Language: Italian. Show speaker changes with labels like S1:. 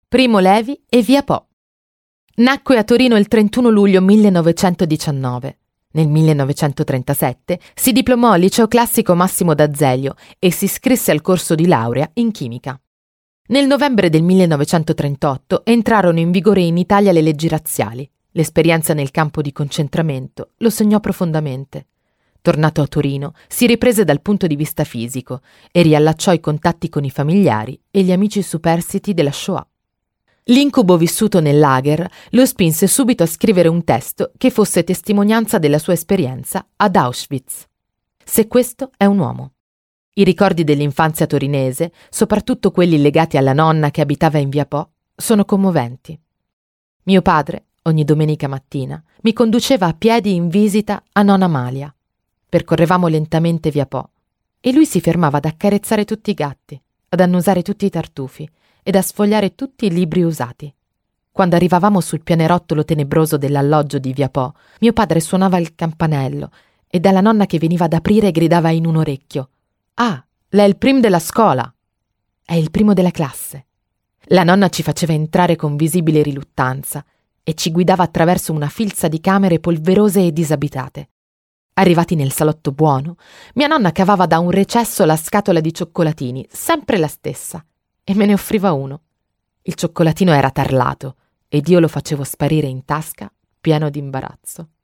S1: Primo Levi e Via Po. Nacque a Torino il 31 luglio 1919. Nel 1937 si diplomò al liceo classico Massimo d'Azeglio e si iscrisse al corso di laurea in chimica. Nel novembre del 1938 entrarono in vigore in Italia le leggi razziali. L'esperienza nel campo di concentramento lo segnò profondamente. Tornato a Torino, si riprese dal punto di vista fisico e riallacciò i contatti con i familiari e gli amici superstiti della Shoah. L'incubo vissuto nel lager lo spinse subito a scrivere un testo che fosse testimonianza della sua esperienza ad Auschwitz. Se questo è un uomo. I ricordi dell'infanzia torinese, soprattutto quelli legati alla nonna che abitava in Via Po, sono commoventi. Mio padre, ogni domenica mattina, mi conduceva a piedi in visita a nonna Amalia. Percorrevamo lentamente Via Po e lui si fermava ad accarezzare tutti i gatti, ad annusare tutti i tartufi ed a sfogliare tutti i libri usati. Quando arrivavamo sul pianerottolo tenebroso dell'alloggio di Via Po, mio padre suonava il campanello e dalla nonna che veniva ad aprire gridava in un orecchio: «Ah, lei è il prim della scuola! È il primo della classe!» La nonna ci faceva entrare con visibile riluttanza e ci guidava attraverso una filza di camere polverose e disabitate. Arrivati nel salotto buono, mia nonna cavava da un recesso la scatola di cioccolatini, sempre la stessa, e me ne offriva uno. Il cioccolatino era tarlato ed io lo facevo sparire in tasca, pieno di imbarazzo.